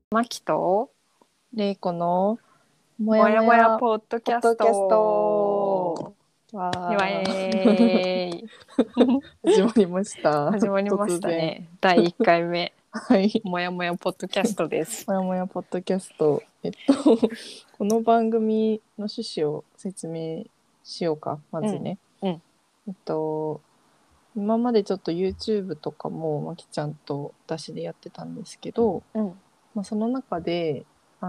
マキとれいこのもやもやもやもやポッドキャスポッドキャスト。 トわイエーーイ始まりました始まりまし突然。 たね。第1回目はいもやもやポッドキャストです。 もやもやポッドキャストこの番組の趣旨を説明しようか。まずね、 うん今までちょっと YouTube とかもまきちゃんと私でやってたんですけど、 うんその中で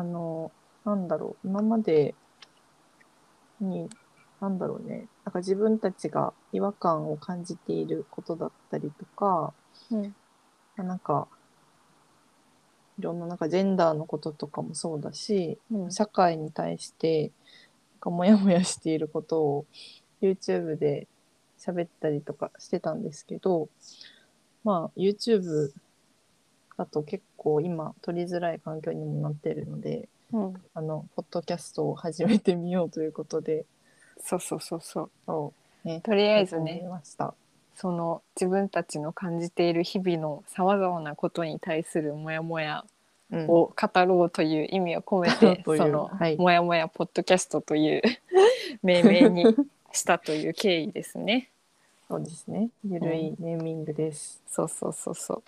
今までに、なんか自分たちが違和感を感じていることだったりとか、 うんなんか、いろんななんかジェンダーのこととかもそうだし、 うん社会に対してなんかモヤモヤしていることを YouTube で喋ったりとかしてたんですけど、YouTube だと結構今取りづらい環境にもなっているので、 うんポッドキャストを始めてみようということで、 そうそうそうそう。 そうね、 とりあえ始めずね、 ました。 その自分たちの感じている日々のさまざまなことに対するモヤモヤうん。 を語ろうという意味を込めてという、 そのはい。 モヤモヤポッドキャストという命名にしたという経緯ですね。 そうですね。ゆるいネーミングです。 そうそうそうそ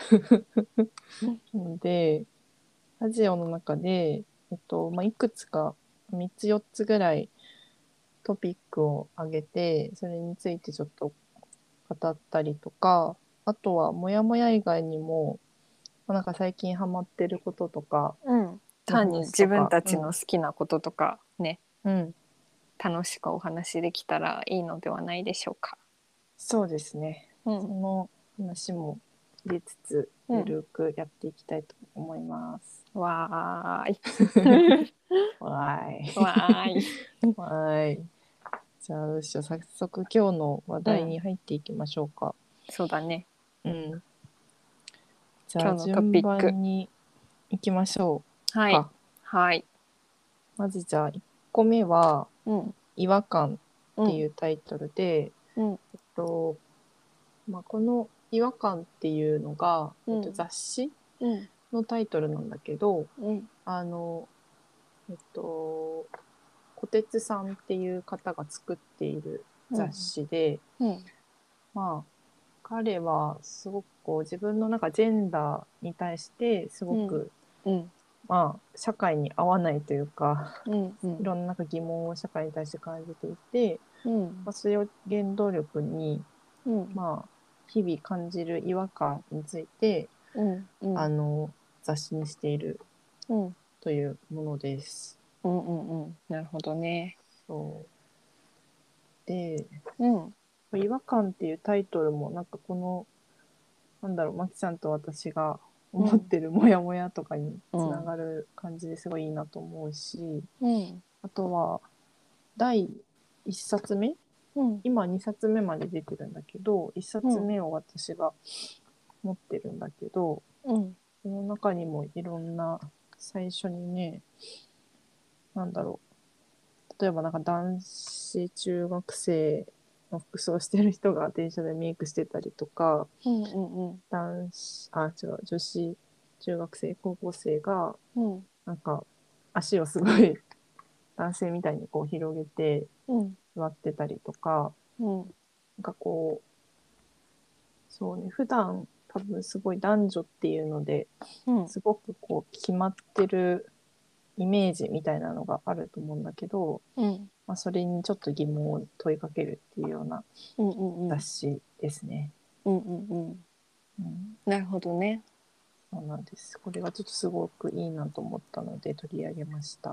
で、ラジオの中で、いくつか3つ4つぐらいトピックを上げて、それについてちょっと語ったりとか、あとはモヤモヤ以外にも、なんか最近ハマってることとかう、 の単に自分話とか、 たちの好きなこととかね、 うん、 楽しくお話できたらいいのではないでしょうか。 そうですね。 うんその話も入れつつ、ゆうんるくやっていきたいと思います。 わーいわーい。 わーいはい。じゃあ、どうしよう。早速今日の話題うんに入っていきましょうか。 そうだね。 うん。じゃあ、 今日のトピ順ック、 番に行きましょうはいか。 はいまずじゃあ、1個目は、 うん違和感ってうんいうタイトルで、 うんと、この違和感っていうのが、 うん雑誌うんのタイトルなんだけど、 うんあの、小鉄さんっていう方が作っている雑誌で、 うんまあ、彼はすごくこう自分のなんかジェンダーに対してすごうんく、 うん社会に合わないというか、 うんうんいろんななんか疑問を社会に対して感じていて、 うんそれを原動力に、 うん日々感じる違和感について、 うんうんあの、雑誌にしているうんというものです。 なるほどね。 そうで、 うん違和感っていうタイトルもなんかこのマキさんと私が思っうんてるモヤモヤとかにつなうんがる感じですごいいいなと思うし、 うんあとは第1冊目、 うん今2冊目まで出てるんだけど、1 うん冊目を私が持ってるんだけど、 うんその中にもいろんな、最初にね、なんだろ例えばなんか男子中学生の服装してる人が電車でメイクしてたりとか、 うんうん女子中学生、高校生が、 うんなんか足をすごい男性みたいにこう広げてうん座ってたりとか、 うんなんかこう、そうね、普段多分すごい男女っていうので、 うんすごくこう決まってるイメージみたいなのがあると思うんだけど、 うんそれにちょっと疑問を問いかけるっていうようなうんうんうん雑誌ですね。 うんうんうん、 なるほどね。 そうなんです。これがちょっとすごくいいなと思ったので取り上げました。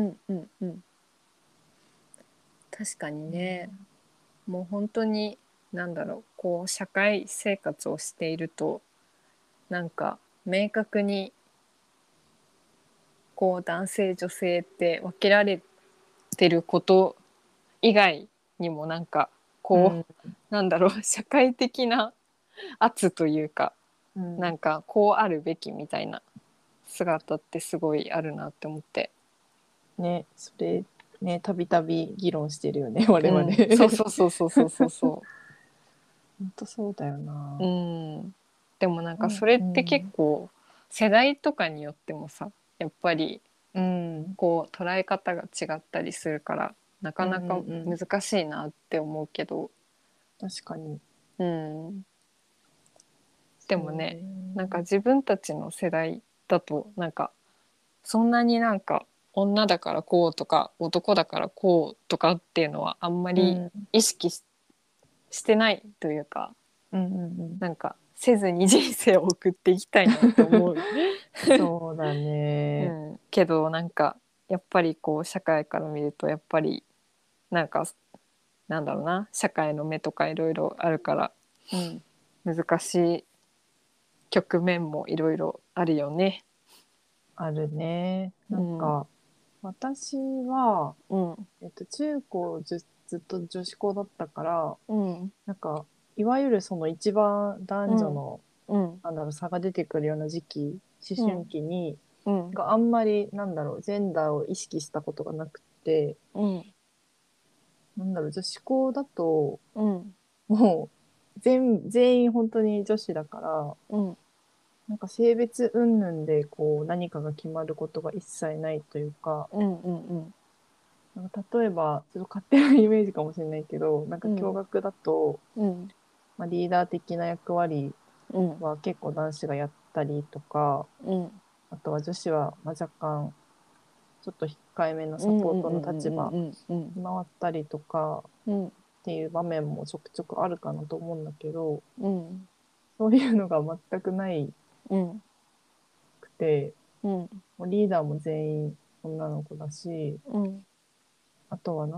確かにね、もう本当にこう社会生活をしているとなんか明確にこう男性女性って分けられてること以外にもこうん、 社会的な圧というかうん、 こうあるべきみたいな姿ってすごいあるなって思って。 ね、それね、たびたび議論してるよね、我々。 そうそうそうそうそうそうそ本当そうだよう。 な。 でもそれって結うん、 構世代とかによってもさ、 やっぱりうんこう捉え方が違ったりするからなかなかうんうんうん、 難しいなって思うけど、 確かに。 うん、でもね、 そうね。 なんか自分たちの世代だとなんかそんなになんか女だからこうとか男だからこうとかっていうのはあんまりうん意識してないというか、 うんうんうん。 なんかせずに人生を送っていきたいなって思う。 そうだね。 うん、けどなんかやっぱりこう社会から見るとやっぱりなんかなんだろうな、社会の目とかいろいろあるからうん。 難しい局面もいろいろあるよね。 あるね。 うん、 私は、 うん、 中高ずっと女子校だったから、 うん、 なんか、いわゆるその一番うん、 男女の、 うん、 差が出てくるような時期、思うん、 春期に、 うん、 あんまり、ジェンダーを意識したことがなくて、 うん、 女子校だと、 うん、 もう、全員本当に女子だから、 うん、 性別云々でこう何かが決まることが一切ないというか、 うん、うん、 例えば、ちょっと勝手なイメージかもしれないけど、 うん、 共学だと、 うん、 リーダー的な役割うん、 は結構男子がやったりとか、 うん、 あとは女子は若干ちょっと控えめなうん、 サポートのうん、 立場うん、うん、 に回ったりとかうん、 っていう場面もちょくちょくあるかなと思うんだけど、 うん、 そういうのが全くないうん、 くて、 うん、 もうリーダーも全員女の子だし、 うん、 あとは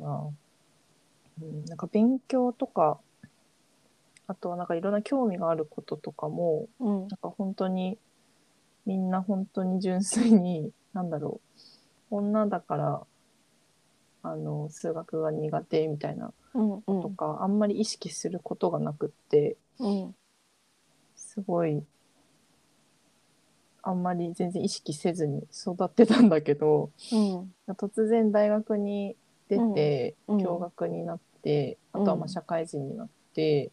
勉強とか、あとはいろんな興味があることとかも、 うん、 本当にみんな本当に純粋に、女だから、数学が苦手みたいなうん、うん、 とか、あんまり意識することがなくって、 うん、 すごい、あんまり全然意識せずに育ってたんだけど、 うん、 突然大学に出うん、 て、共うん、 学になって、あとはうん、 社会人になって、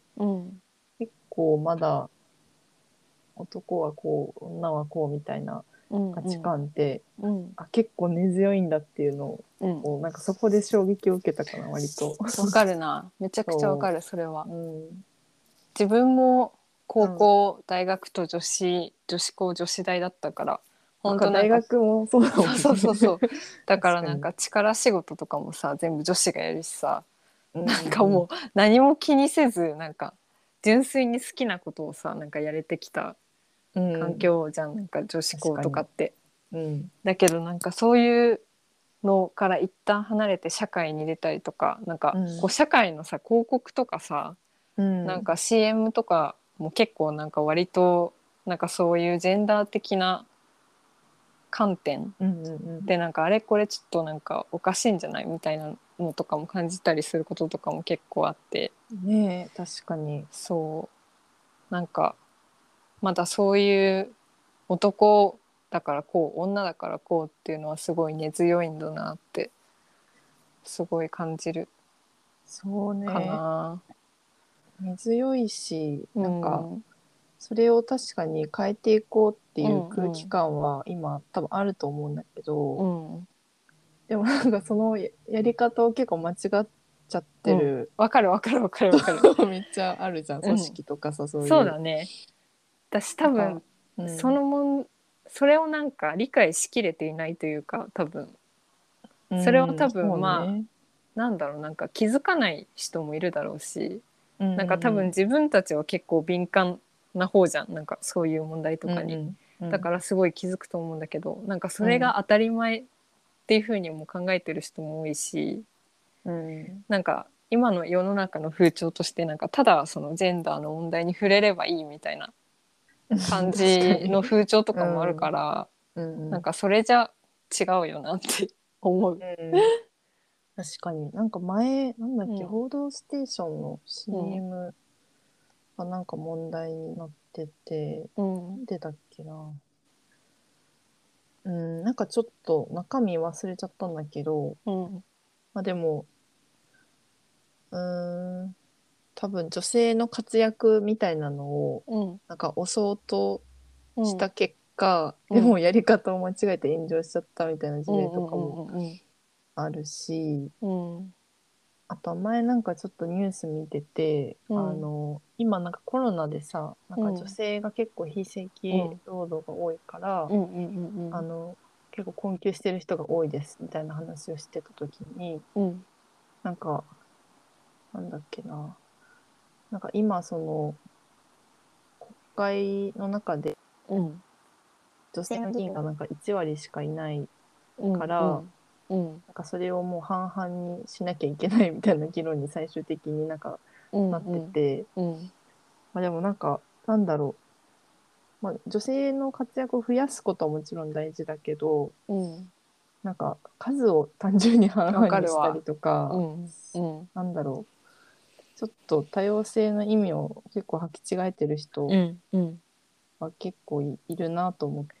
うん、 結構まだ男はこう、女はこうみたいなうん、 価値うん、 観って、 うん、 結構根強いんだっていうのうん。 を、そこで衝撃を受けたかな、割と。 わかるな。めちゃくちゃわそかる、それは。 う。うん。 自分も高うん。 校、大学と女子校、女子大だったから、本当なんか、 大学もそうだもんそうそうそうそね。 う。だから確かに。 なんか力仕事とかもさ、全部女子がやるしさ、 うんなんうんうん。 かもう何も気にせず、なんか純粋に好きなことをさ、なんかやれてきたう環ん。 境じゃん、なんか女子校確かに。 とかって。 うん。 だけどなんかそういうのから一旦離れて社会に出たりとか、なんかこううん。 社会のさ、広告とかさ、 うん。 なんか CM とかも結構なんか割となんかそういうジェンダー的な観点うんうんうん。 でなんかあれこれちょっとなんかおかしいんじゃないみたいなのとかも感じたりすることとかも結構あって、 ねえ、確かに。 そうなんかまだそういう男だからこう女だからこうっていうのはすごい根強いんだなってすごい感じるそうかね。 な。 根強いし、 うん、 それを確かに変えていこうっていううん空気うん感は今多分あると思うんだけど、 うん、 でもそのやり方を結構間違っちゃっうん、 てるわかるわかるわかるわかる。 めっちゃあるじゃん。組うん、 織とかさ、そういう。 そうだね。私多なんか、 分うん。 そのもんそれをなんか理解しきれていないというか、多分うそれをん、 多そう分まあね。 なんだろう、なんか気づかない人もいるだろうし、 うなんか多分ん自分たちは結構敏感な方じゃん、なんかそういう問題とうんかに。 うんうんだからすごい気づくと思うんだけど、なんかそれうんが当たり前っていうふうにも考えてる人も多いし、 うんなんか今の世の中の風潮としてなんかただそのジェンダーの問題に触れればいいみたいなうん。 感確かに。 じの風潮とうかもあるんから、 うんうんなんかそれじゃ違うよなって思う。 うん。確かに。前、なんだっけ、 うん報道ステーションのうん CM が問題になってて、 うんなんでだっけな。うん、ちょっと中身忘れちゃったんだけど、 うんでも、うーん、多分女性の活躍みたいなのを、 うん押そうとうんした結か、でもやり方を間違えて炎上しちゃったみたいな事例とかもうんあるし、 うんうんあと前なんかちょっとニュース見てて、 うん今なんかコロナでさ、なんか女うん性が結構非正規うん労働が多いから、 うんうん結構困窮してる人が多いですみたいな話をしてた時に、 うんなんか、なんだっけな、なんか今その国会の中でうん女性の議員がなんか1割しかいないうんうから、 んうんなんかそれをもう半々にしなきゃいけないみたいな議論に最終的になんかうんなってうんて、 うんまあでもなんか、なんだろう。まあ女性の活躍を増やすことはもちろん大事だけど、 うんなんか数を単純に半わ 々 かるわ。 にしたりとか、 うんうんなんだろう。ちょっと多様性の意味を結構履き違えてる人うんうんは結構いるなと思って、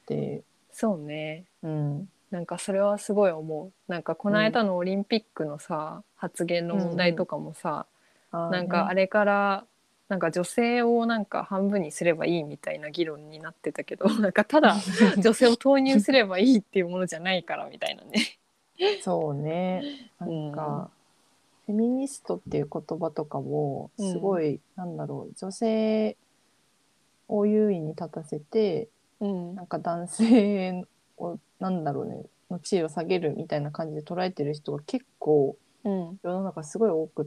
そうね。 うん、 なんかそれはすごい思う。なんかこのうん、 間のオリンピックのさ発言のうんうん。 問題とかもさ、 ああね。 なんかあれからなんか女性をなんか半分にすればいいみたいな議論になってたけど、なんかただ女性を投入すればいいっていうものじゃないからみたいなね。 そうね。なうんんか、フェミニストっていう言葉とかも、 うんすごい、なんだろう、女性を優位に立たせて、 うんなんか男性を、なんだろうね、の地位を下げるみたいな感じで捉えてる人が結構うん世の中すごい多くって、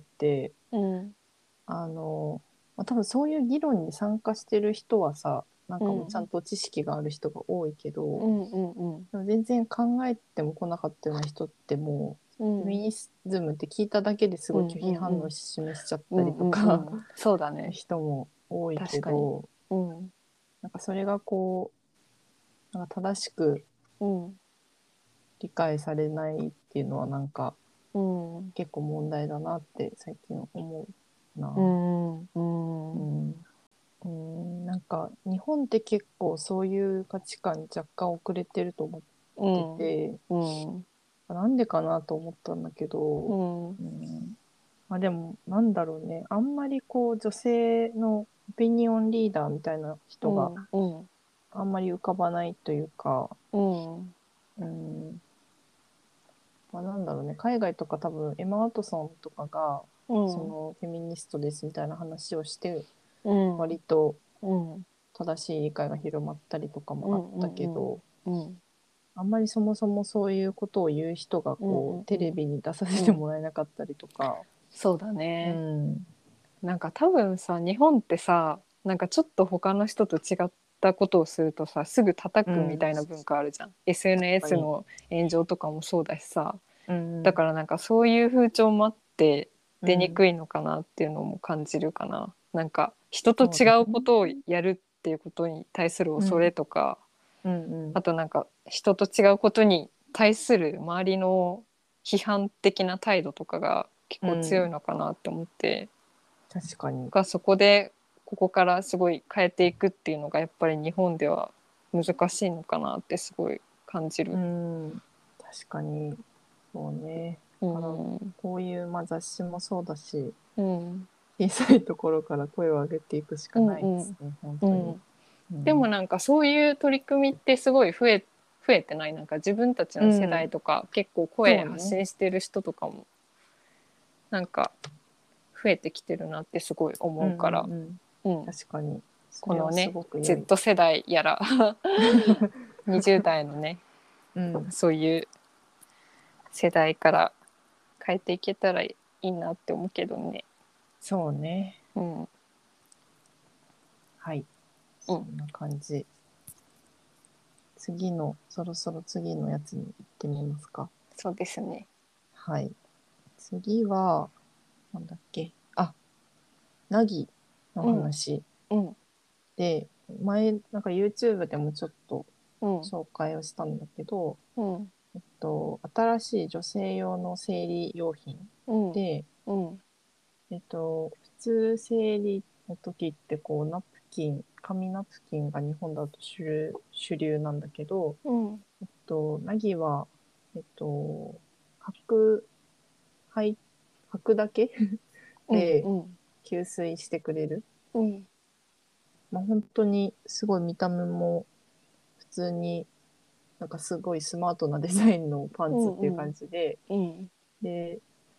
うんあの、まあ、多分そういう議論に参加してる人はさ、なんかもうちゃんうんと知識がある人が多いけど、 うんうんでも全然考えても来なかったような人ってもう、フェミうんニズムって聞いただけですうんごい拒うんうん否反応示しちゃったりうんうんとかうんそうだね。 人も多い確かに。 けど、 うんなんかそれがこう、なんか正しくうん理解されないっていうのはなんかうん結構問題だなって最近思ううな。 んうんうん。うん、なんか日本って結構そういう価値観に若干遅れてると思ってうんて、 うんなんでかなと思ったんだけど、 うんうん、まあでもなんだろうね、あんまりこう女性のオピニオンリーダーみたいな人がうんうんあんまり浮かばないというか、 うんうん、まあ、なんだろうね、海外とか多分エマ・ワトソンとかがそうんのフェミニストですみたいな話をしてうん割とうん正しい理解が広まったりとかもうんあったけど、 うんあんまりそもそもそういうことを言う人がうんこうテレビに出させてうんもらえなかったりとか、 そうだうね。 ん、 なんか多分さ日本ってさなんかちょっと他の人と違ったことをするとさすぐ叩くみうん、 たいな文化あるじゃん。 確か SNS に、 の炎上とかもそうだしさ、 うん、 だからなんかそういう風潮もあって出にうん、 くいのかなっていうのも感じるかな。なんか人と違そうだね、 うことをやるっていうことに対する恐うん、 れとか、 うん、うん、 あとなんか人と違うことに対する周りの批判的な態度とかが結構強いうん、 のかなって思って、 確かに、 がそこでここからすごい変えていくっていうのがやっぱり日本では難しいのかなってすごい感じうる。 ん、確かに、そうね。 うだからん、 こういう、まあ、雑誌もそうだし、 うん、 小さいところから声を上げていくしかうん、 ないでうん、 すね、本当に。 うん。 うん、 でもなんかそういう取り組みってすごい増えてない？なんか自分たちの世うん、 代とか結構声発そうね。 信してる人とかもなんか増えてきてるなってすごいうん、 思うから、 うん、うん。 うん、 確かに。それはすこのねごく良い。 Z 世代やら20代のねうん、 そういう世代から変えていけたらいいなって思うけどね。 そうね。 うんはい。 うんそんな感じ。そろそろ次のやつに行ってみますか。 そうですね。 はい。次は、なんだっけ。あ、ナギのうん話うんで、前、なんか YouTube でもちょっとうん紹介をしたんだけど、 うん新しい女性用の生理用品うんで、 うん普通生理の時ってこうナプキン、紙ナプキンが日本だと主流なんだけど、 うんナギは、履く、履履くだけうんでうん吸水してくれる。 うんまあ、本当にすごい見た目も普通になんかすごいスマートなデザインのパンツっていう感じで、 うんで、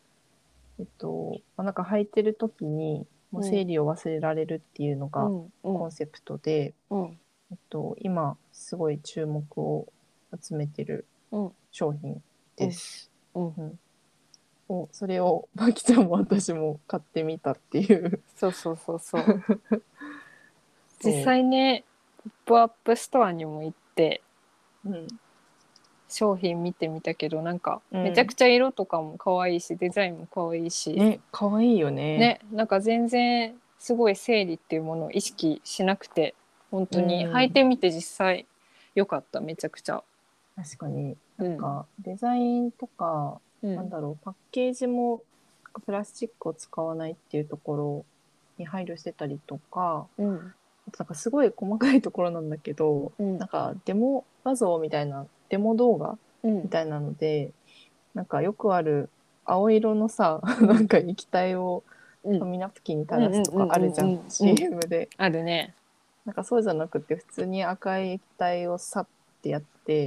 なんか履いてる時にもう生理を忘れられるっていうのがうんうんコンセプトで、 うん今すごい注目を集めてるうん商品うんです。 うんうん、それをまきちゃんも私も買ってみたっていう。 そうそうそうそう。実そ際ね、ポップアップストアにも行ってう。うん。 商品見てみたけど、なんかめちゃくうん。 ちゃ色とかも可愛いし、デザインも可愛いし、 ね、かわいいよね。 ね、なんか全然すごい生理っていうものを意識しなくて、本う当に履いん。 てみて実際良かった、めちゃくちゃ。 確かになんうんかデザインとか、 うんパッケージもプラスチックを使わないっていうところに配慮してたりとか、 うんあとなんかすごい細かいところなんだけど、 うんなんかデモ画像みたいな、デモ動画うんみたいなので、なんかよくある青色のさ、 うんなんか液体をうん紙ナプキンに垂うんうんらすとかあるじゃん、 うん。 CM で。 あるね。 なんかそうじゃなくて、普通に赤い液体をさってやって、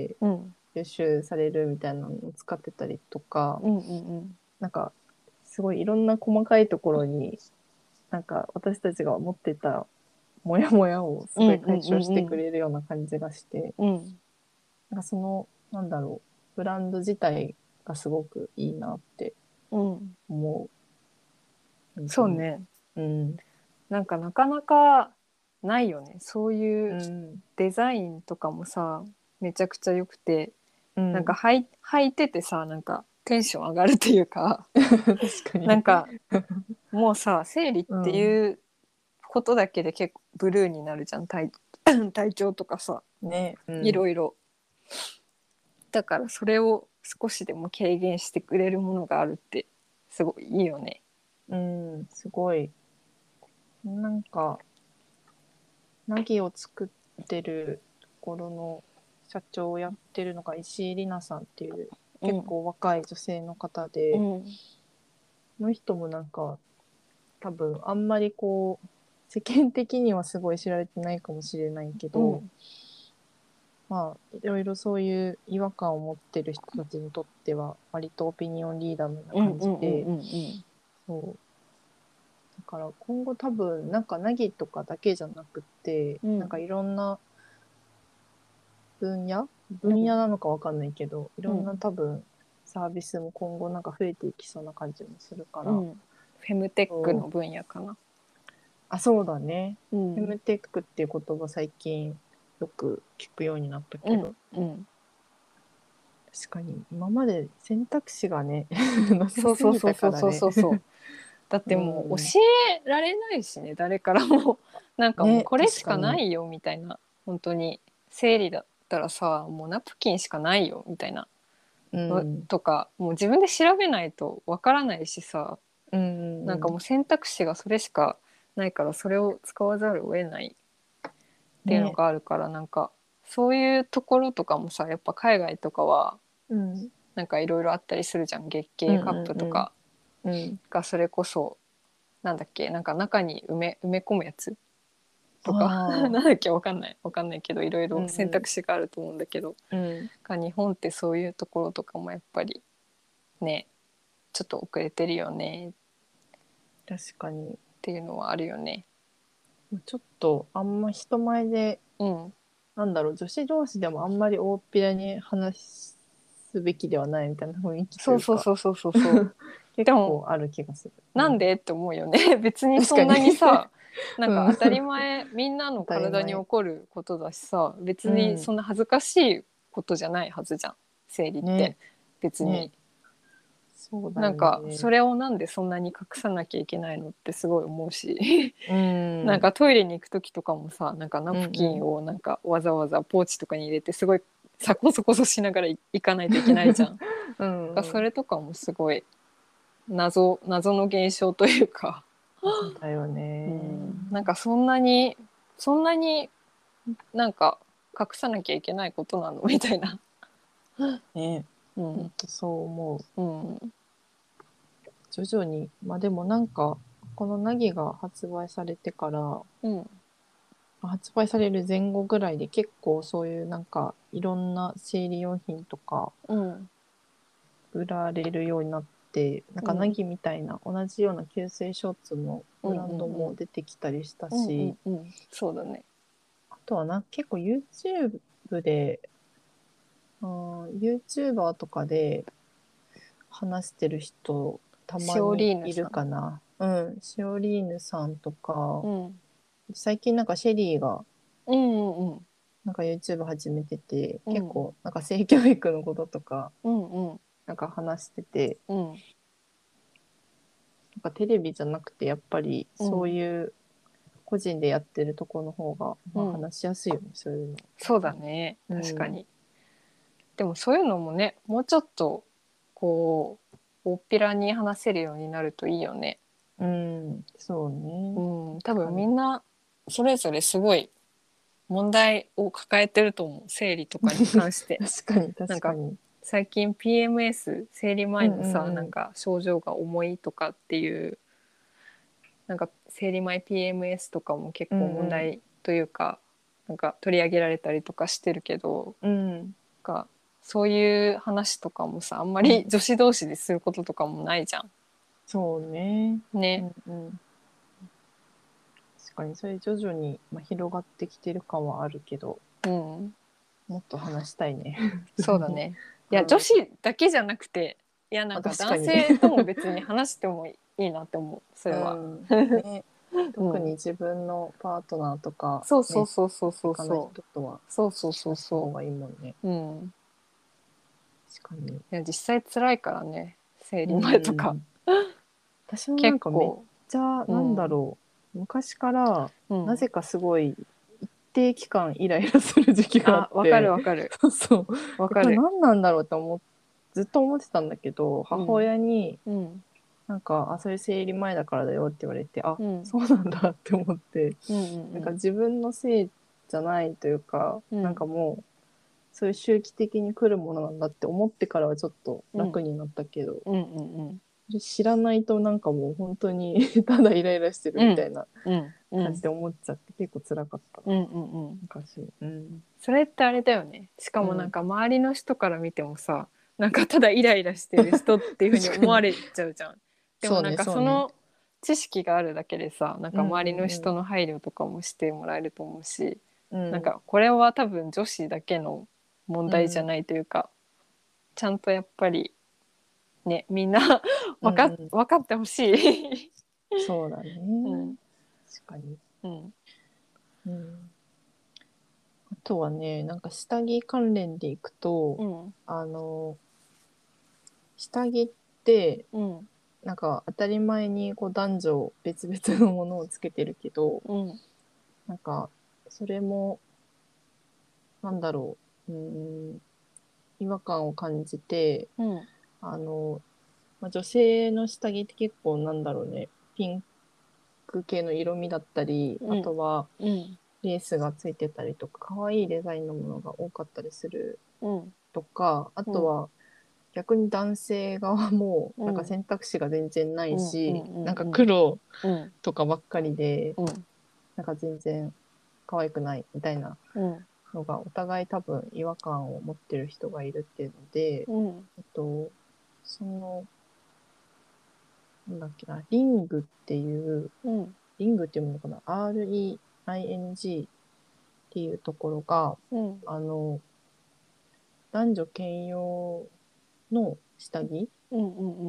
うん吸収されるみたいなのを使ってたりとか、 うんうんなんかすごいいろんな細かいところに、なんか私たちが持ってたモヤモヤをすうんごいうんうん解消してうんくれるような感じがして、 うんなんかその、ブランド自体がすごくいいなってうん思う。本当に。 そうね。 うん。 なんかなかなかないよね、そういううん。 デザインとかもさ、めちゃくちゃ良くて、なんかうん。 履いててさ、なんかテンション上がるっていうか、 確かに。 なんかもうさ、生理っうん。 ていうことだけで結構ブルーになるじゃん、体調とかさ、 ね。うん。 いろいろ。だからそれを少しでも軽減してくれるものがあるってすごいいいよね。 うん。すごい。なんか、ナギを作ってるところの社長をやってるのが石井里奈さんっていう結うん構若い女性の方で、 うんこの人もなんか多分あんまりこう世間的にはすごい知られてないかもしれないけど、 うんまあいろいろそういう違和感を持ってる人たちにとっては割とオピニオンリーダーのようなうん感うんうんじで、 うんそうだから今後多分なんかナギとかだけじゃなくて、なんかうんいろんな分野うん分野なのかわかんないけど、いろんなうん多分サービスも今後なんか増えていきそうな感じもするから、 うん。フェムテックそう、 の分野かな。 あ、そうだね。 うんフェムテックっていう言葉最近よく聞くようになったうんけど、 うん確かに今まで選択肢がねなさそうそうすぎそうそうそうたからね。 そうそう。だっうてもうん。 教えられないしね、誰からも。なんかもうね、 これしかな確かに。 いよみたいな。本当に生理だったらさ、もうナプキンしかないよみたいなのうん。 とか、もう自分で調べないとわからないしさ、 うん。 なんかうん。 もう選択肢がそれしかないから、それを使わざるを得ないっていうのね。 があるから、なんかそういうところとかもさ、やっぱ海外とかはうん。 なんかいろいろあったりするじゃん、月経カッうん。うん。 プとかうん。 が、それこそなんだっけ、なんか中に埋め込むやつとかなんああ。 だっけ、わかんないけど、いろいろ選うん。 択肢があると思うんだけど、 うん。 日本ってそういうところとかもやっぱりね、ちょっと遅れてるよねっ確かに。 ていうのはあるよね。 ちょっとあんま人前で、 うん女子同士でもあんまり大っぴらに話すべきではないみたいな雰囲気とそういうか、 そうそうそうそうそう。で結も構ある気がする。うなんん。 でって思うよね。別に確かに。 そんなにさ、なんうん。 か当たり前、みんなの当たり体に起前。 こることだしさ、別にうん。 そんな恥ずかしいことじゃないはずじゃん、生理って。 ね。 別に。 ね。そうだよなんかそね。 れをなんでそんなに隠さなきゃいけないのってすごい思うし、 うん。うんなんかトイレに行く時とかもさ、なんかナうプキンん。 をなんかわざわざポーチとかに入れて、すごいさこそこそしながら行かないといけないじゃん。 うんうん。 それとかもすごい謎の現象というか、 そうだようね。 ん、なんかそんなになんか隠さなきゃいけないことなのみたいな。 ね。 うんほんとそう思う。 うん徐々に。まあでもなんか、このナギが発売されてから、 うん発売される前後ぐらいで結構そういうなんかいろんな生理用品とかうん売られるようになって、なんかナうんギみたいな同じような吸水ショーツのうんブランドうんも出てきたりしたうんうし、 んうんそうだね。 あとは結構 YouTube で、YouTuber とかで話してる人たまシオにいるリーヌさん。 かな。うん、シオリーヌさんとか、 うん最近なんかシェリーがうんうんなんか YouTube 始めてて、 うん結構なんか性教育のこととかうんうんなんか話してて、 うんなんかテレビじゃなくてやっぱりそううんいう個人でやってるとこの方が、まあ、 うん話しやすいよね、そういうの。 そうだね、 うん。 確かに。でもそういうのもね、もうちょっとこう大っぴらに話せるようになるといいよね。 うん、そううね。 ん、多分確かに。 みんなそれぞれすごい問題を抱えてると思う、生理とかに関して。 確かに、 なんか確かに。 最近 PMS 生理うん前のさ、 うんうん。 なんか症状が重いとかっていう、なんか生理前 PMS とかも結構うんうん。 問題というか、なんか取り上げられたりとかしてるけど、 うん。 かそういう話とかもさ、あんまうん。 り女子同士ですることとかもないじゃそうね。 んね。 うんうん。確かに、それ徐々に、まあ、広がってきてる感はあるけど、 うん、 もっと話したいね。普通に。 そうだね。いや、女うん。 子だけじゃなくて、いや、なまあ、 んか確かに。 男性とも別に話してもいいなって思う、そうれは。 ん。ね。 うん、 特に自分のパートナーとか、 そうそうね、 そうそう身近なそうそ人とはうそうそうそうそ話した方がいいもんね。 う。うん。 確かに。 いや、実際辛いからね、生う理前とか。 ん。私もなんかめっ結構。 ちゃ、なんだうん。 ろう。昔から、 うん。 なぜかすごい、一定期間イライラする時期があっあ、わかるて、 わかる。 そうそう。で、これわかる。 何なんだろうってずっと思ってたんだけど、母うん。 親に、 うん。 なんか、それ生理前だからだよって言われて、 うん。 そうなんだって思って、 うんなんかうん自分のせいじゃないというか、 うん。うん。 なんかもう、そういう周期的に来るものなんだって思ってからはちょっとうん。 楽になったけど、 うんうんそれ知らないとなんかもう本当にただイライラしてるうん。 みたいなうんうん。 感じで思っちゃって結構辛かったな、 うんうんうん。 昔。うん。 それってあれだよね。しかうん。 もなんか周りの人から見てもさ、なんかただイライラしてる人っていうふうに確かに。 思われちゃうじゃん。でもそうね、 なんかそうね。 その知識があるだけでさ、なんうんか周りのうん人の配慮とかもしてもらえると思うし、 うん。 なんかこれは多分女子だけの問うん。 題じゃないというか、ちゃんとやっぱりね、みんなうんうん。 分かってほしい。 そうだね。 うん、 確かに。 うん、 うん。あとはね、なんか下着関連でいくと、 うん、 あの、下着って、 うん、 なんか当たり前にこう男女別々のものをつけてるけど、 うん、 なんかそれもなんだろう、違和感を感じて、 うん、 あの、まあ、女性の下着って結構なんだろうね、ピンク系の色味だったり、あうん、 とはうん、 レースがついてたりとか、可愛いデザインのものが多かったりするうん、 とか、あうん、 とは逆に男性側もなんかうん、 選択肢が全然なうん、ういし、なんかん、 黒うん、 とかばっかりで、 うん、 なんか全然可愛くないみたいなうん、 のがお互い多分違和感を持ってる人がいるっていうので、 うん、 その、なんだっけな、リングっていう、 うん、 リングっていうものかな、REING っていうところが、 うん、 あの、男女兼用の下着うん、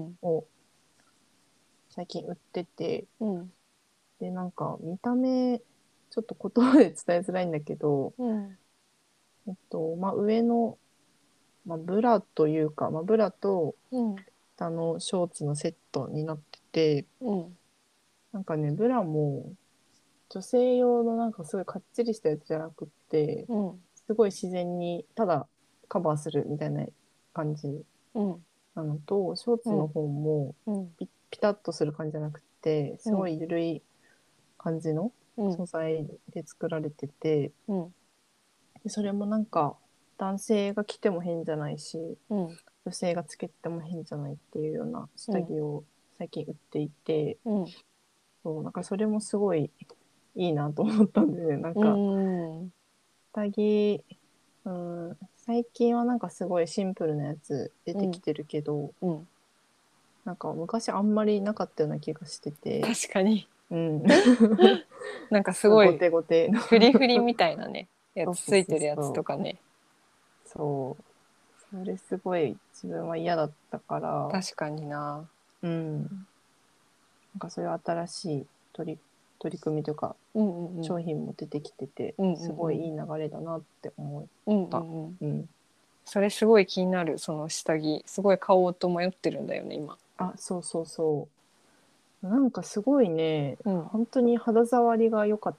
うん、 を最近売ってて、 うん、 で、なんか見た目、ちょっと言葉で伝えづらいんだけど、 うん、 まあ、上の、まあ、ブラというか、まあ、ブラとうん、 下のショーツのセットになってて、 うん、 なんかね、ブラも女性用のなんかすごいかっちりしたやつじゃなくって、 うん、 すごい自然にただカバーするみたいな感じうん、 なのと、ショーツの方もうん、 ピタッとする感じじゃなくて、すごい緩い感じの素材で作られてて、 うん、 でそれもなんか男性が着ても変じゃないし、 うん、 女性がつけても変じゃないっていうようなうん、 下着を最近売っていて、 うん、 そう、なんかそれもすごいいいなと思ったんでね、なんうかん下着、最近はなんかすごいシンプルなやつ出てきてるけど、 うん。 なんか昔あんまりなかったような気がしてて、 確かに。 うん。 なんかすすごいゴごいテゴテの。 フリフリみたいなね、やつそうそうそうついてるやつそう。 とかね。 そう。それすごい自分は嫌だったから、 確かにな。 うん。なんかそういう新しい取り組みというか、 うんうんうん。 商品も出てきてて、 うんうすんうん。 ごいいい流れだなって思っうんうた。 んうん。 うん。 それすごい気になる、その下着。すごい買おうと迷ってるんだよね、今。 あ、そうそうそう。なんかすごいね、 うん。 本当に肌触りが良かった。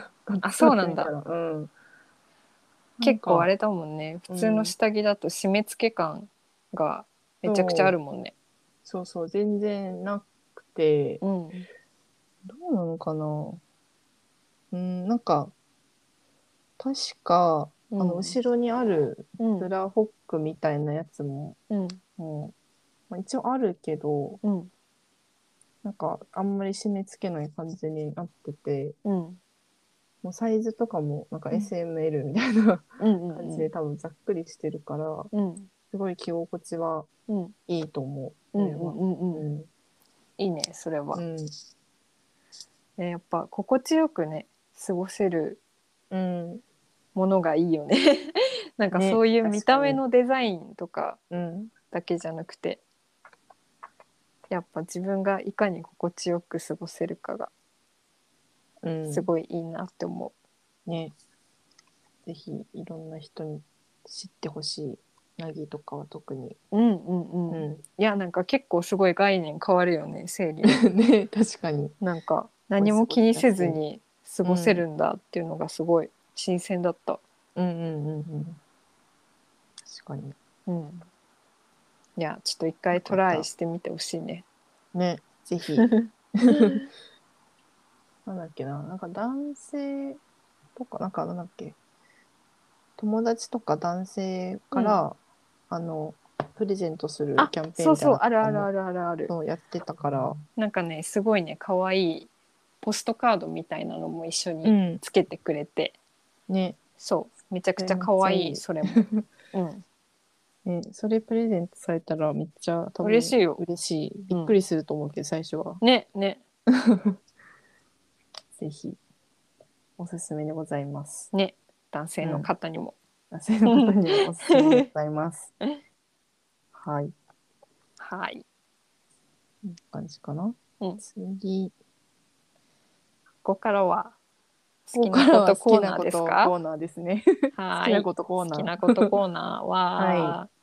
あ、 使そうなんだ。 ってみたら。うん。なんか、 結構あれだもんね。普通のうん。 下着だと締め付け感がめちゃくちゃあそう、 るもんね。 そうそう、全然なくて、 うん。 どうなのかな。うん、なんか、確か、 うん。 後ろにあるうん。 ブラホックみたいなやつも、 うん。 もまあ、一応あるけど、 うん。 なんか、あんまり締め付けない感じになってて、 うん。 もうサイズとかも、なんかうん。 SML みたいなう感じん。 で多分ざっくりしてるから、 うん。 すごい着心地はうん。 いいと思う、 うん。 それは。 うん。うん。 うん。 いいね、それは。 うん。 ね、やっぱ心地よくね、過ごせるうん。 ものがいいよね。なんかそね、 ういう見確かに。 た目のデザインとかうん。 だけじゃなくて、やっぱ自分がいかに心地よく過ごせるかがうん。 すごいいいなって思ね、ぜひいろんな人に知ってほしい。ナギとかは特に。 う。うんうんうん。 うん。 いや、なんか結構すごい概念変わるよね、生理の。 ね、確かに。 なんかこれ過ごし何も気にやすい。 せずに過ごせうん。 るんだっていうのがすごい新鮮だった。 うんうんうんうん。確かに。 うん。いや、ちょっと一回トライよかった。 してみてほしいね。 ね、ぜひ。なんだっけな、なんか男性とか、なんかなんだっけ、友達とか男性うん。 から、あの、プレゼントするあ、 キャンペーンみたいそうそう、あるなのとかも、 あるあるあるある。 そうやってたから、 なんかね、すごいね、可愛いポストカードみたいなのも一緒にうん、 つけてくれて、 ね、 そう、めちゃくちゃそれめっ可愛い、 ちゃいい。 それも。うん、 ね、それプレゼントされたらめっちゃ多分嬉しいよ。 嬉しい。びうん。 っくりすると思うけど、最初は。 ね、ね、 ぜひ、おすすめでございます。 ね、男性のうん。 方にも。 男性の方にもおすすめでございます。はい。 はい。 こんな感じかな。 うん。 次。 ここからは好きなここからことは好きなコーナーことコですか？ ーナーですね。好はい。 きなことコー好きナなことー。 コーナーはい。 は、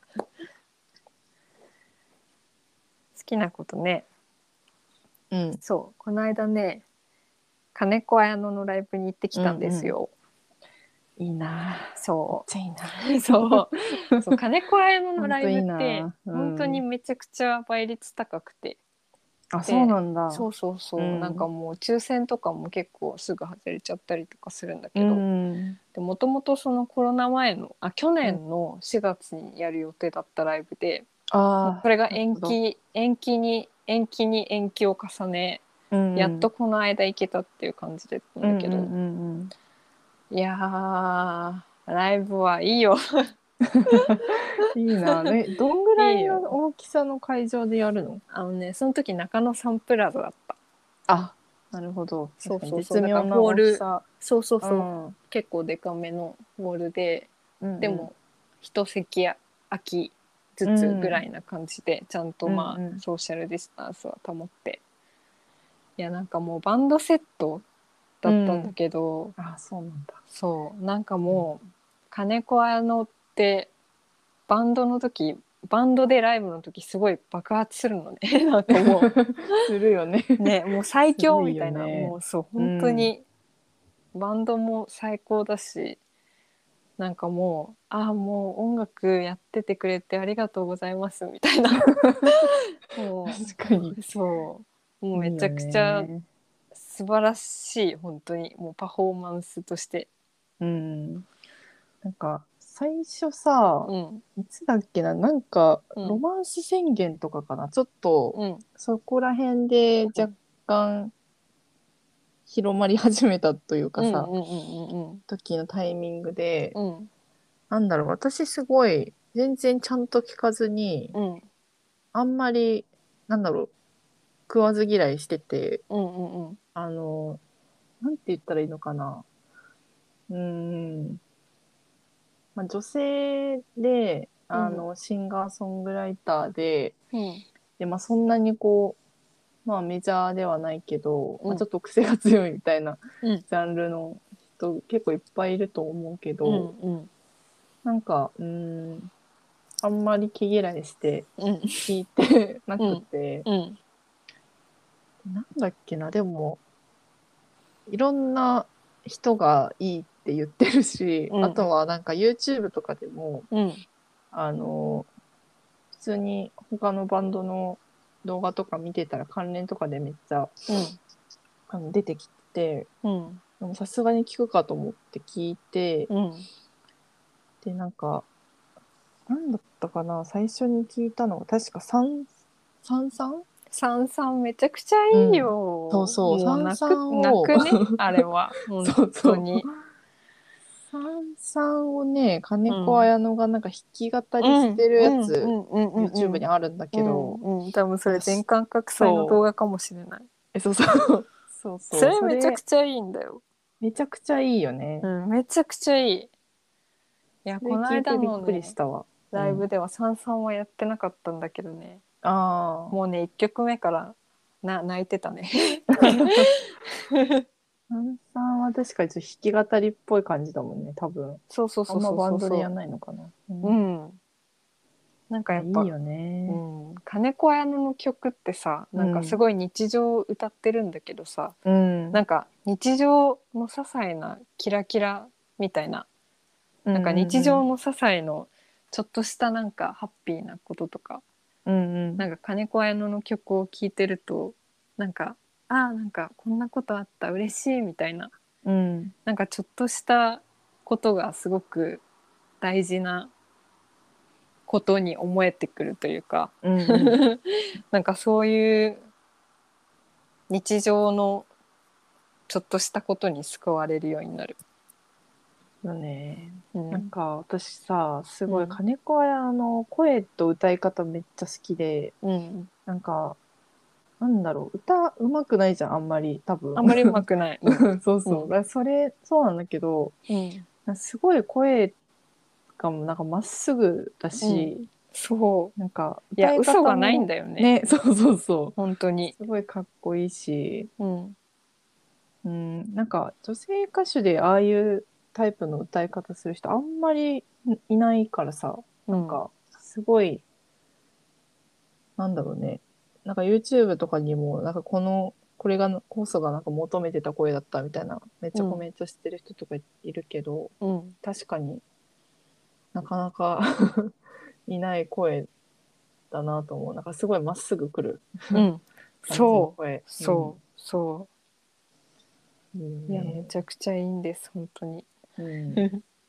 好きなことね。 うん。 そう、この間ね、金子綾乃のライブに行ってきたんうんうん。 ですよ。 いいなぁ。めっそちゃいいなう。そう。そう、金子綾乃ぁ。ほのライんといいブってなぁ。う本当にん。 めちゃくちゃ倍率高くて、 あ、そうで、 なんだ。 そうそうそう、なんかうん。 もう抽選とかも結構すぐ外れちゃったりとかするんだうけど、 ん。 でもともとそのコロナ前の去うん。 年の4月にやる予定だったライブで、もうああ、 それがなるほど。 延期を重ね、 うん。 やっとこの間行けたっていう感じだったんうんうんだけど、 うんうん。 いやーライブはいいよ。 いいなぁ。ね、どんぐらいのいいよ。 大きさの会場でやるの？ あのね、その時中野サンプラザだった。 あ、なるほど。確かにそうそうそう。だから絶妙なホール、 大きさ。 そうそうそう。 うん。うん結構デカめのホールで、 うん。 でも一席空きずうつぐらん。 いな感じで、ちゃんとうんまあうん。 ソーシャルディスタンスは保って。いや、なんかもうバンドセットだったんだうん。 けど、 あ、そうなんだ。 そう、なんかうん。 もう、金子綾乃ってバンドの時、バンドでライブの時すごい爆発するのね。なんかもするよね。 う、ね、もう最すごい強みたいな、もよね。 うそう、本当うん。 にバンドも最高だし、なんかもう、ああ、もう音楽やっててくれてありがとうございますみたいな。も確かに。 う、そう、もうめいいよちゃくちゃね。 素晴らしい、本当に、もうパフォーマンスとして。 うん。なんか、最初さ、 うん、 いつだっけな、なんか、 うん、 ロマンス宣言とかかな。ちょっと、 うん、 そこら辺で若干広まり始めたというかさ、 うんうん時のタイミングで、 うんうんなんだろう、私すごい全然ちゃんと聞かずに、 うんあんまり、なんだろう、食わず嫌いしてて、 うんうんうんあの、なんて言ったらいいのかな。うーん、まあ、女性で、 うんシンガーソングライターで、 うんで、まあ、そんなにこう、まあ、メジャーではないけど、まあ、ちょうんっと癖が強いみたいなうんジャンルの人結構いっぱいいると思うけうど、 んなんか、あんまり毛嫌いしてうん聞いてなうんくて、 うんなんだっけな、でも、いろんな人がいいって言ってるし、あとうんはなんか YouTube とかでも、 うんあの、普通に他のバンドの動画とか見てたら関連とかでめっちゃうん出てきて、 うんでもさすがに聞くかと思って聞いて、 うんで、なんか、なんだったかな、最初に聞いたのが確か三サンさんめちゃくちゃいいうん。そうよ。 そう、 もう三三を、 泣くねあれは本そうそう。 当に。 三三をね、金子うん綾乃がなんか弾き語りしうんてるうんうやつ、 んうんうんう YouTube にんあるんだけど、 うん多分それ全私、 感覚祭の動そう、 画かもしれない。 そうそう、そうそう、 それめちゃくそれ、 ちゃいいんだよ。 めちゃくちゃいいよね。 うんめちゃくちゃいい。いやそれこの間聞いてびっくりしのねたわ。うん。 ライブではサンさんはやってなかったんだけどね。 あもうね1曲目から泣いてたね。 あ。三三は確かにちょっと弾き語りっぽい感じだもんね、多分。 そうそうそうそうあんまバそうそンドでやんないのかな。うう。うん。 ん。なんかいや、 やっぱ、 いいよね。 金子綾乃の曲ってさ、なんかすうん。 ごい日常を歌ってるんだけどさ、 うん。 なんか日常の些細なキラキラみたいな、なんかうんうんうん。 日常の些細のちょっとしたなんかハッピーなこととか、 うんうん。 なんか金子綾乃の曲を聴いてると、なんか、あーなんかこんなことあった嬉しいみたいな、 うん。 なんかちょっとしたことがすごく大事なことに思えてくるというか、 うんうん。 なんかそういう日常のちょっとしたことに救われるようになる。 よね。なんうんか私さ、すごいうん金子綾の声と歌い方めっちゃ好きで、 うんなんか、なんだろう、歌うまくないじゃん、あんまり、多分。 あんまりうまくない。うんそうそう。だかうんらそれ、そうなんだけど、 うんすごい声がもなんかまっすぐだうんし、 そうなんかいや歌い嘘がないん方もだよねね、そうそうそう。 本当に。 すごいかっこいいし、 うんうん、なんか女性歌手でああいうタイプの歌い方する人あんまりいないからさ、 うんなんかすごい、なんだろうね。なんか YouTube とかにも、なんかこれがこそがなんか求めてた声だったみたいな、めっちゃコうんメントしてる人とかいるけど、 うん確かになかなかいない声だなと思う。なんかすごいまっすぐ来るうん感じのそう声。うん。 そいいよういやめね。 ちゃくちゃいいんです本当に。 うん。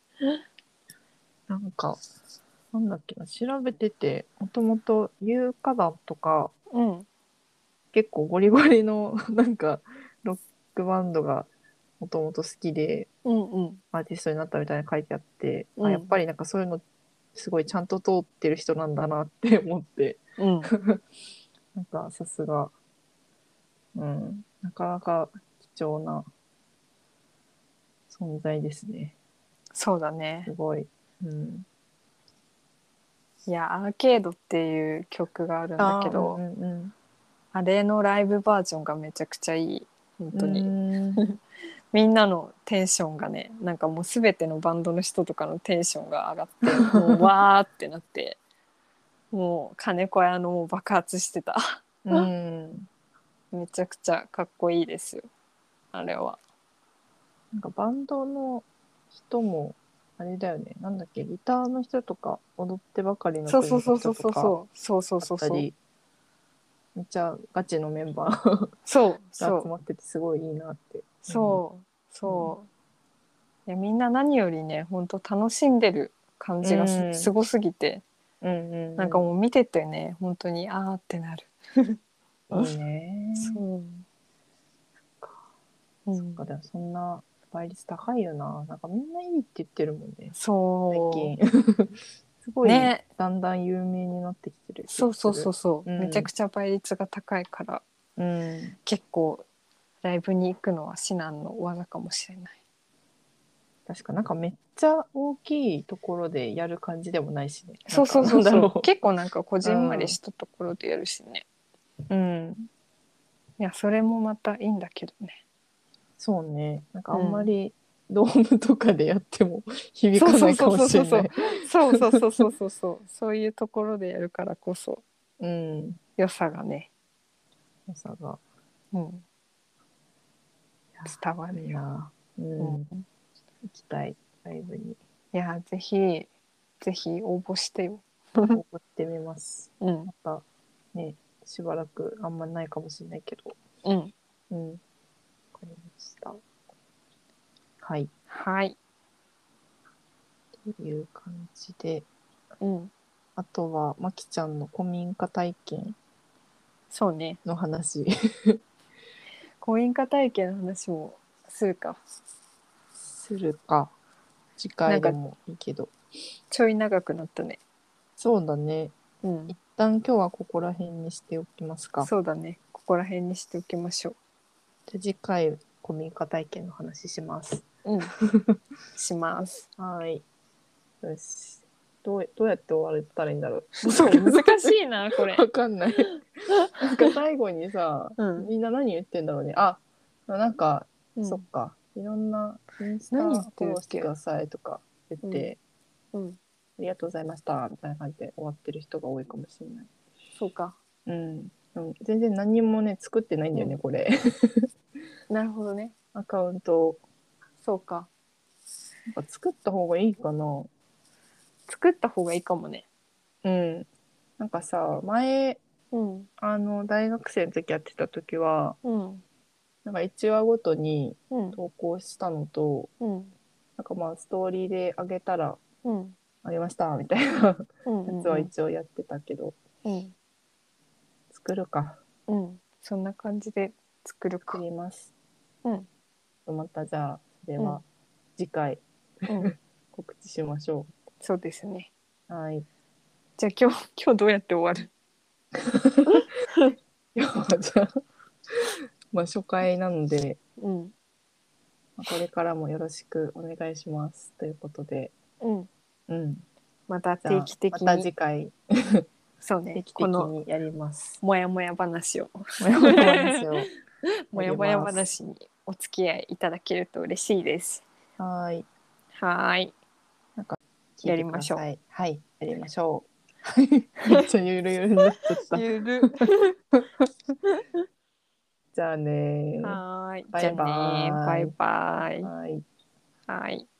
なんか、なんだっけな、調べてて、もともと有価団とか、 うん結構ゴリゴリのなんか、ロックバンドがもともと好きで、 うんうんアーティストになったみたいな書いてあって、あ、やっぱうんりなんかそういうの、すごいちゃんと通ってる人なんだなって思って、 うんなんかさすが、うん、なかなか貴重な存在ですね。 そうだね。 すごい。うん。 いやアーケードっていう曲があるんだああ、うけど、 んうんあれのライブバージョンがめちゃくちゃいい本う当に。 ん。うーん。 みんなのテンションがねなんかもう全てのバンドの人とかのテンションが上がってもうわーってなってもう金子屋のもう爆発してた。 うん。 めちゃくちゃかっこいいですよあれは。 なんかバンドの人も、あれだよね。なんだっけ、ギターの人とか、踊ってばかりのそうそう国のそうそうそう人とかそうそうあそうそうったり、めっちゃガチのメンバーそうがそう集まっててすごいいいなって思そうう。 そういやみんな何よりね本当楽しんでる感うじがん。 すごすぎてうんうんなんかうん。 もう見ててね本当にあーってなる。 いいね。 そううんそっか、でもそんな倍率高いよな。なんかみんないいって言ってるもんね。最そ近。すごう。 い、 ね。 だんだん有名になってきてる気そうそうがする。 そうそう。 うんめちゃくちゃ倍率が高いから、 うん。 結構ライブに行くのは至難の技かもしれない。 確かなんかめっちゃ大きいところでやる感じでもないしね。なそうそうんかなそうそう。 んだろ結構なんかこう。 じんまりしたところでやるしね。 うん。 いや、それもまたいいんだけどね。 そうね。なんかあんまうん。 りドームとかでやっても響そうそうそうかないかもそうそうそう。 しれない。 そうそうそうそうそうそう。そういうところでやるからこそうん。 良さがね、 良さが。 うん、 いやいい伝わるよ。 な。ううん。 ん。行きたい。ライブに。 いや、ぜひ、ぜひ応募してよ。 応募してみます。 うん。 またね、しばらくあんまないかもしれないけど。 うん。 うん。わかりました。はい。 はい。 という感じで。 うん。 あとは、まきちゃんの古民家体験そうね。 の話婚姻家体験の話もするか。 するか。次なんか回でもいいけど。 ちょい長くなったね。 そうだね。 うん。 一旦今日はここら辺にしておきますか。 そうだね。ここら辺にしておきましょじゃあ次回、古民家体験の話します。 う。うん。します。 はい。よし。どうやって終わったらいいんだろう。 そう、難しいな、これ。 わかんない。なんか最後にさ、 うんみんな何言ってんだろうね。あ、なんか、 うんそっか。いろんなインスタ何言っフてるっけ。 ォローしてくださいとか言って、 うん。 ありがとうございましたみたいな感じで終わってる人が多いかもしれない。 そうか。 うん。全然何もね、作ってないんだよね、 うんこれ。 なるほどね。 アカウント。 そうか。 なんか作った方がいいかな。 作った方がいいかもね。 うん。なんかさ、前、 うん。 大学生の時やってた時は、 うん。 なんか1話ごとにうん。 投稿したのと、 うん。 なんかまあストーリーであげたら、 うん。 ありましたみたいなうん。 やつはうん。 一応やってたけど、 うん。 作るか。 うん。そんな感じで作る作か。 ります。 うん。 またじゃあ、それはうん。 次回うん。 告知しましょそうですね。 う。はい。 じゃあ今日どうやって終わる。 今日はじゃあ、まあ初回なので、 うん。 これからもよろしくお願いします。ということで、 うん。 うん。 また定じゃあ、また期的に。 次回、 そうね。 定期この的にやります。 もやもや話を。 もやもや話をもやりやもやます。 話にお付き合いいただけると嬉しいです。 はい。 はーい。 聞いてください。はい。やりましょう。めっちゃゆるゆるになっちゃった。 ゆる。 じゃあね。 はーい。じゃあバイバね。バイーイ。 バイ。 はい。 はい。